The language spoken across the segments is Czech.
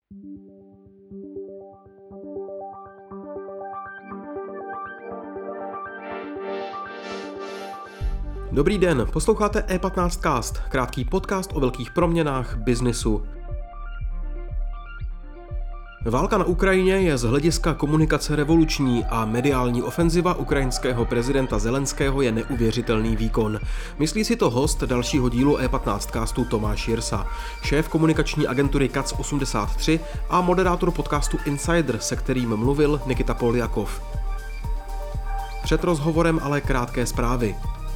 Dobrý den, posloucháte E15cast, krátký podcast o velkých proměnách biznisu. Válka na Ukrajině je z hlediska komunikace revoluční a mediální ofenziva ukrajinského prezidenta Zelenského je neuvěřitelný výkon. Myslí si to host dalšího dílu E15castu Tomáš Jirsa, šéf komunikační agentury CAC 83 a moderátor podcastu Insider, se kterým mluvil Nikita Poljakov. Před rozhovorem ale krátké zprávy.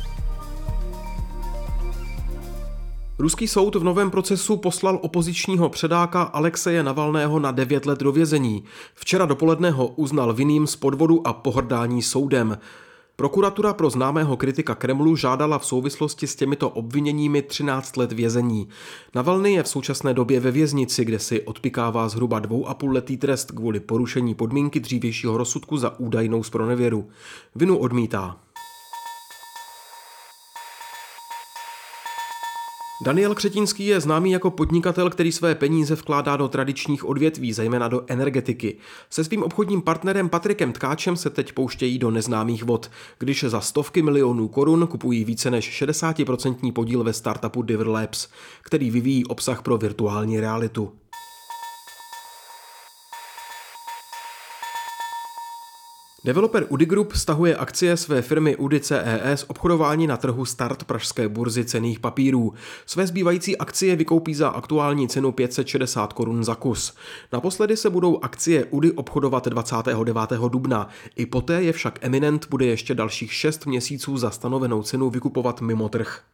Ruský soud v novém procesu poslal opozičního předáka Alexeje Navalného na 9 let do vězení. Včera dopoledne ho uznal vinným z podvodu a pohrdání soudem. Prokuratura pro známého kritika Kremlu žádala v souvislosti s těmito obviněními 13 let vězení. Navalný je v současné době ve věznici, kde si odpykává zhruba 2,5letý trest kvůli porušení podmínky dřívějšího rozsudku za údajnou zpronevěru. Vinu odmítá. Daniel Křetínský je známý jako podnikatel, který své peníze vkládá do tradičních odvětví, zejména do energetiky. Se svým obchodním partnerem Patrikem Tkáčem se teď pouštějí do neznámých vod, když za stovky milionů korun kupují více než 60% podíl ve startupu Diver Labs, který vyvíjí obsah pro virtuální realitu. Developer Udy Group stahuje akcie své firmy Udy CES obchodování na trhu Start pražské burzy cenných papírů. Své zbývající akcie vykoupí za aktuální cenu 560 korun za kus. Naposledy se budou akcie Udy obchodovat 29. dubna. I poté je však Eminent bude ještě dalších 6 měsíců za stanovenou cenu vykupovat mimo trh.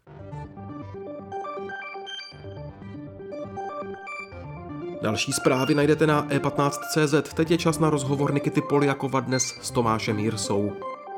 Další zprávy najdete na e15.cz. Teď je čas na rozhovor Nikity Poljakova dnes s Tomášem Jirsou.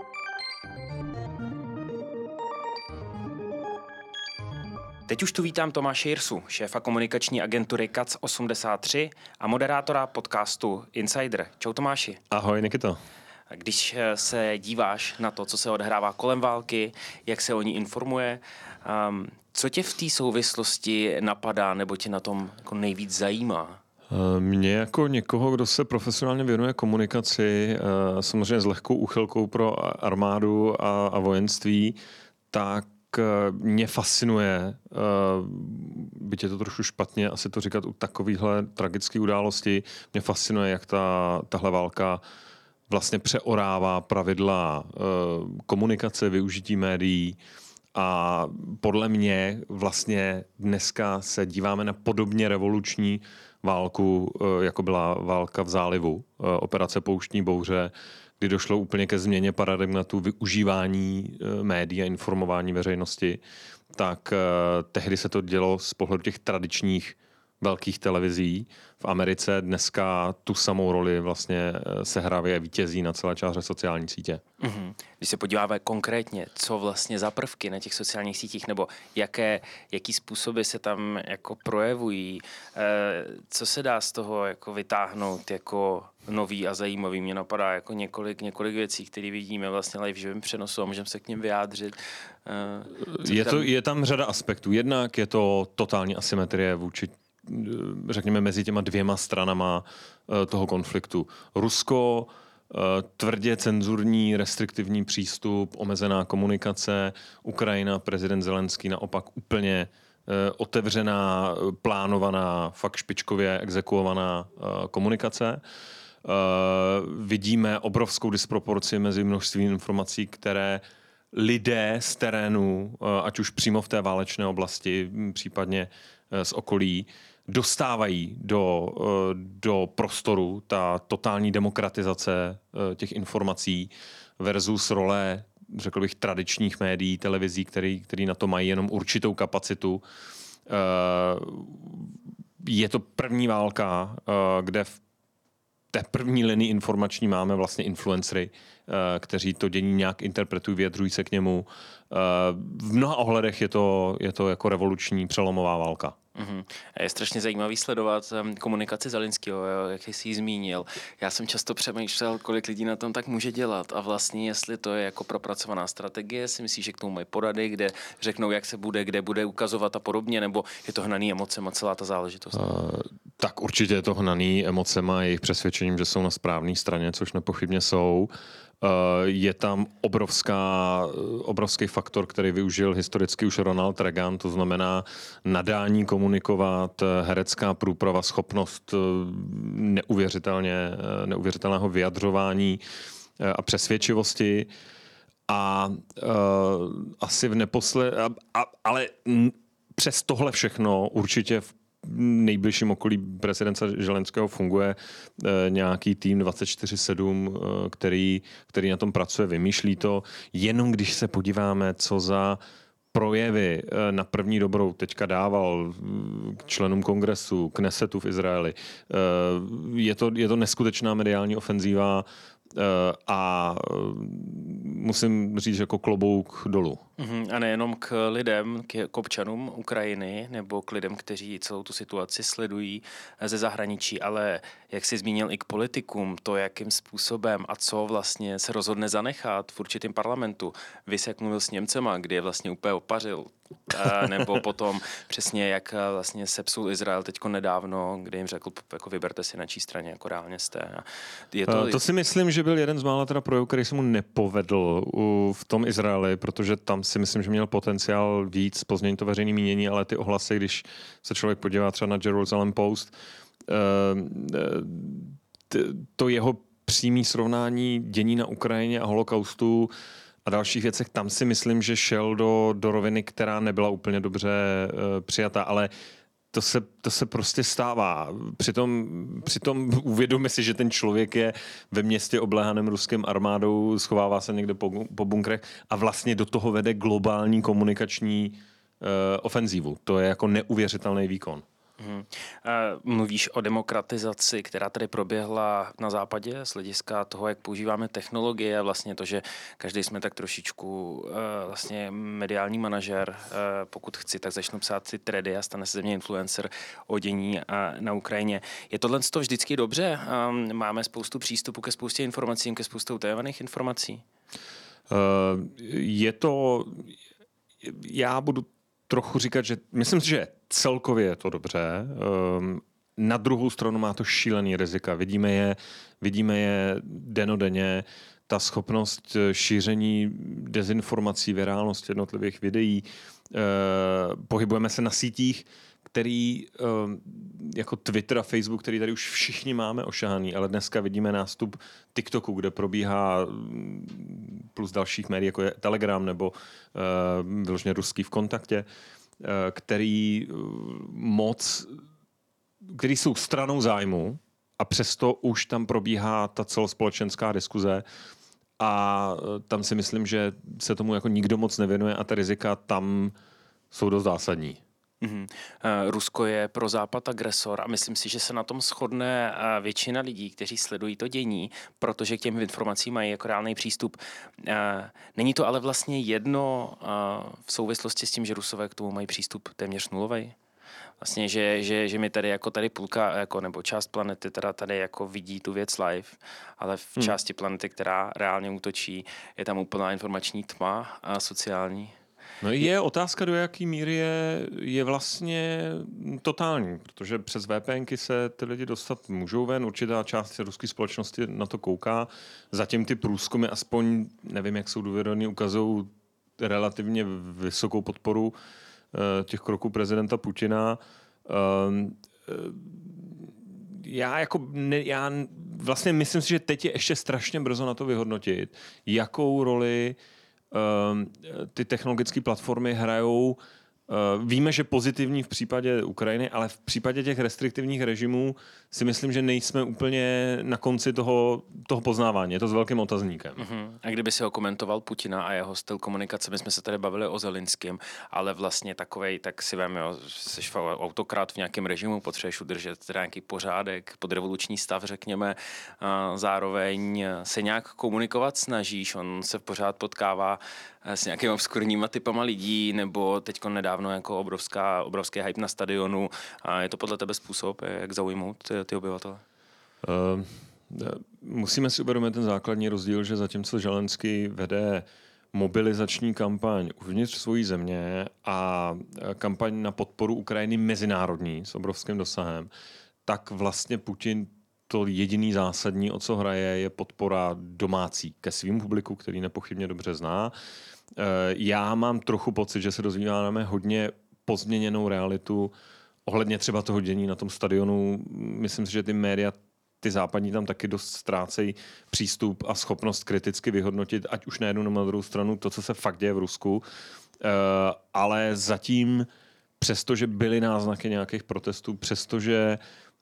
Teď už tu vítám Tomáše Jirsu, šéfa komunikační agentury CAC 83 a moderátora podcastu Insider. Čau Tomáši. Ahoj Nikito. Když se díváš na to, co se odehrává kolem války, jak se o ní informuje, co tě v té souvislosti napadá nebo tě na tom jako nejvíc zajímá? Mě jako někoho, kdo se profesionálně věnuje komunikaci, samozřejmě s lehkou úchylkou pro armádu a vojenství, tak mě fascinuje, byť je to trošku špatně asi to říkat u takovýchhle tragické události, mě fascinuje, jak tahle válka vlastně přeorává pravidla komunikace, využití médií. A podle mě vlastně dneska se díváme na podobně revoluční válku, jako byla válka v zálivu, operace Pouštní bouře, kdy došlo úplně ke změně paradigmatu využívání médií a informování veřejnosti. Tak tehdy se to dělo z pohledu těch tradičních velkých televizí. V Americe dneska tu samou roli vlastně sehrává vítězí na celé čáře sociální sítě. Mm-hmm. Když se podíváme konkrétně, co vlastně za prvky na těch sociálních sítích, nebo jaký způsoby se tam jako projevují, co se dá z toho jako vytáhnout jako nový a zajímavý. Mě napadá jako několik věcí, které vidíme vlastně live v živém přenosu a můžeme se k nim vyjádřit. Je tam řada aspektů. Jednak je to totální asymetrie vůči řekněme mezi těma dvěma stranama toho konfliktu. Rusko, tvrdě cenzurní, restriktivní přístup, omezená komunikace, Ukrajina, prezident Zelenský naopak úplně otevřená, plánovaná, fakt špičkově exekuovaná komunikace. Vidíme obrovskou disproporci mezi množstvím informací, které lidé z terénu, ať už přímo v té válečné oblasti, případně z okolí, dostávají do prostoru, ta totální demokratizace těch informací versus role, řekl bych, tradičních médií, televizí, který na to mají jenom určitou kapacitu. Je to první válka, kde v té první linii informační máme vlastně influencery, kteří to dění nějak interpretují, vyjadřují se k němu. V mnoha ohledech je to jako revoluční přelomová válka. Mm-hmm. Je strašně zajímavý sledovat komunikaci Zelenského, jak jsi ji zmínil. Já jsem často přemýšlel, kolik lidí na tom tak může dělat a vlastně jestli to je jako propracovaná strategie, si myslíš, že k tomu mají porady, kde řeknou, jak se bude, kde bude ukazovat a podobně, nebo je to hnaný emocema celá ta záležitost? Tak určitě je to hnaný emocema a jejich přesvědčením, že jsou na správné straně, což nepochybně jsou. Je tam obrovský faktor, který využil historicky už Ronald Reagan, to znamená nadání komunikovat, herecká průprava, schopnost neuvěřitelného vyjadřování a přesvědčivosti. A asi ale přes tohle všechno určitě v nejbližším okolí prezidenta Zelenského funguje nějaký tým 24/7, který na tom pracuje, vymýšlí to. Jenom když se podíváme, co za projevy na první dobrou teďka dával k členům kongresu, Knesetu v Izraeli. Je to neskutečná mediální ofenzíva a musím říct jako klobouk dolů. A nejenom k lidem, k občanům Ukrajiny nebo k lidem, kteří celou tu situaci sledují ze zahraničí, ale jak jsi zmínil i k politikům, to jakým způsobem a co vlastně se rozhodne zanechat v určitém parlamentu. Vys, jak mluvil s Němcema, kdy je vlastně úplně opařil. Nebo potom přesně jak vlastně sepsul Izrael teďko nedávno, kdy jim řekl, jako vyberte si na čí straně, jako reálně jste. To si myslím, že byl jeden z mála teda projevů, který se mu nepovedl v tom Izraeli, protože tam si myslím, že měl potenciál víc, pozměnit to veřejné mínění, ale ty ohlasy, když se člověk podívá třeba na Jerusalem Post, to jeho přímý srovnání dění na Ukrajině a holokaustu a dalších věcech, tam si myslím, že šel do roviny, která nebyla úplně dobře přijatá, ale to se prostě stává. Přitom uvědomme si, že ten člověk je ve městě obléhaném ruskou armádou, schovává se někde po bunkrech a vlastně do toho vede globální komunikační ofenzívu. To je jako neuvěřitelný výkon. Mluvíš o demokratizaci, která tady proběhla na západě z hlediska toho, jak používáme technologie a vlastně to, že každý jsme tak trošičku vlastně mediální manažer. Pokud chci, tak začnu psát si thready a stane se ze mě influencer o dění na Ukrajině. Je tohle vždycky dobře? Máme spoustu přístupu ke spoustě informací, ke spoustě utajovaných informací? Já budu trochu říkat, že myslím si, že celkově je to dobře. Na druhou stranu má to šílený rizika. Vidíme je dennodenně. Ta schopnost šíření dezinformací, virálnost jednotlivých videí. Pohybujeme se na sítích, který jako Twitter a Facebook, který tady už všichni máme ošahaný, ale dneska vidíme nástup TikToku, kde probíhá plus dalších médií, jako je Telegram nebo vyloženě ruský v kontaktě, který jsou stranou zájmu a přesto už tam probíhá ta celospolečenská diskuze a tam si myslím, že se tomu jako nikdo moc nevěnuje a ta rizika tam jsou dost zásadní. Rusko je pro Západ agresor a myslím si, že se na tom shodne většina lidí, kteří sledují to dění, protože k těm informacím mají jako reálný přístup. Není to ale vlastně jedno v souvislosti s tím, že Rusové k tomu mají přístup téměř nulový? Vlastně, že my tady jako tady půlka, jako, nebo část planety teda tady jako vidí tu věc live, ale v části planety, která reálně útočí, je tam úplná informační tma a sociální. No je otázka, do jaký míry je vlastně totální, protože přes VPNky se ty lidi dostat můžou ven, určitá část ruské společnosti na to kouká, zatím ty průzkumy aspoň, nevím, jak jsou důvěryhodné, ukazují relativně vysokou podporu těch kroků prezidenta Putina. Já vlastně myslím si, že teď je ještě strašně brzo na to vyhodnotit, jakou roli ty technologické platformy hrajou. Víme, že pozitivní v případě Ukrajiny, ale v případě těch restriktivních režimů si myslím, že nejsme úplně na konci toho poznávání. Je to s velkým otazníkem. A kdyby si ho komentoval Putina a jeho styl komunikace, my jsme se tady bavili o Zelenském, ale vlastně takovej, tak si vem, jsi autokrát v nějakém režimu, potřebuješ udržet teda nějaký pořádek, podrevoluční stav, řekněme, zároveň se nějak komunikovat snažíš, on se pořád potkává s nějakými obskurníma typama lidí, nebo teďko nedávno jako obrovský hype na stadionu. A je to podle tebe způsob, jak zaujmout ty obyvatele? Musíme si uvědomit ten základní rozdíl, že zatímco Zelenský vede mobilizační kampaň uvnitř svojí země a kampaň na podporu Ukrajiny mezinárodní s obrovským dosahem, tak vlastně Putin to jediný zásadní, o co hraje, je podpora domácí ke svým publiku, který nepochybně dobře zná. Já mám trochu pocit, že se dozvíváme hodně pozměněnou realitu ohledně třeba toho dění na tom stadionu. Myslím si, že ty média, ty západní, tam taky dost ztrácejí přístup a schopnost kriticky vyhodnotit, ať už na jednu nebo na druhou stranu, to, co se fakt děje v Rusku. Ale zatím, přestože byly náznaky nějakých protestů, přestože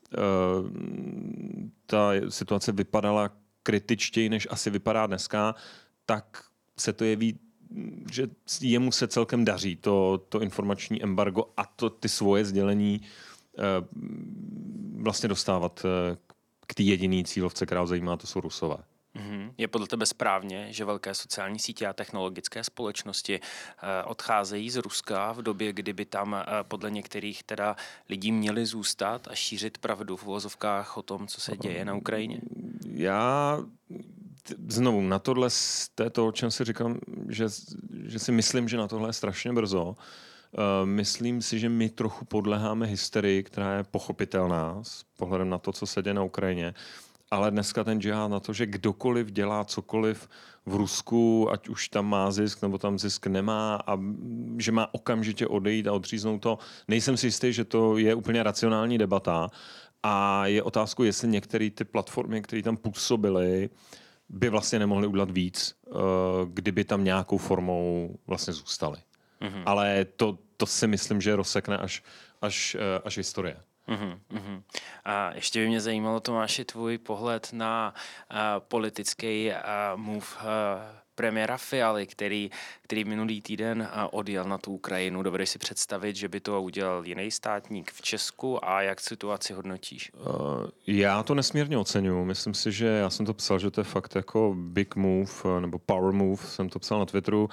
ta situace vypadala kritičtěji, než asi vypadá dneska, tak se to jeví, že jemu se celkem daří to informační embargo a ty svoje sdělení vlastně dostávat k té jediné cílovce, která ho zajímá, to jsou Rusové. Je podle tebe správně, že velké sociální sítě a technologické společnosti odcházejí z Ruska v době, kdyby tam podle některých teda lidí měli zůstat a šířit pravdu v uvozovkách o tom, co se děje na Ukrajině? Já znovu na tohle, to je to, o čem si říkám, že si myslím, že na tohle je strašně brzo. Myslím si, že my trochu podléháme hysterii, která je pochopitelná s pohledem na to, co se děje na Ukrajině. Ale dneska ten džihad na to, že kdokoliv dělá cokoliv v Rusku, ať už tam má zisk, nebo tam zisk nemá a že má okamžitě odejít a odříznout to. Nejsem si jistý, že to je úplně racionální debata a je otázkou, jestli některé ty platformy, které tam působily, by vlastně nemohly udělat víc, kdyby tam nějakou formou vlastně zůstaly. Mm-hmm. Ale to si myslím, že rozsekne až historie. A ještě by mě zajímalo, Tomáši, tvůj pohled na politický move premiéra Fialy, který minulý týden odjel na tu Ukrajinu. Dovedeš si představit, že by to udělal jiný státník v Česku a jak situaci hodnotíš? Já to nesmírně oceňuji. Myslím si, že já jsem to psal, že to je fakt jako big move, nebo power move, jsem to psal na Twitteru.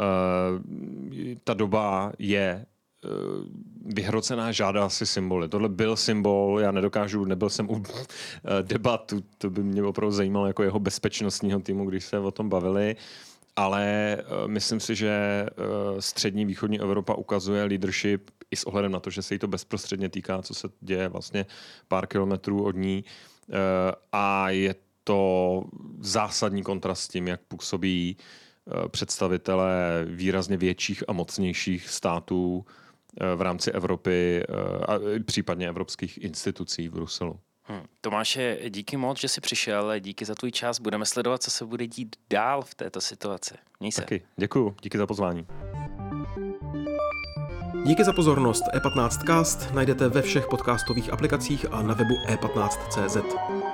Ta doba je vyhrocená, žádá si symboly. Tohle byl symbol, já nebyl jsem u debatu, to by mě opravdu zajímalo jako jeho bezpečnostního týmu, když se o tom bavili, ale myslím si, že střední východní Evropa ukazuje leadership i s ohledem na to, že se jí to bezprostředně týká, co se děje vlastně pár kilometrů od ní a je to zásadní kontrast s tím, jak působí představitelé výrazně větších a mocnějších států v rámci Evropy a případně evropských institucí v Bruselu. Tomáše, díky moc, že jsi přišel, díky za tvůj čas. Budeme sledovat, co se bude dít dál v této situaci. Měj se. Taky, děkuju, díky za pozvání. Díky za pozornost. E15cast najdete ve všech podcastových aplikacích a na webu e15.cz.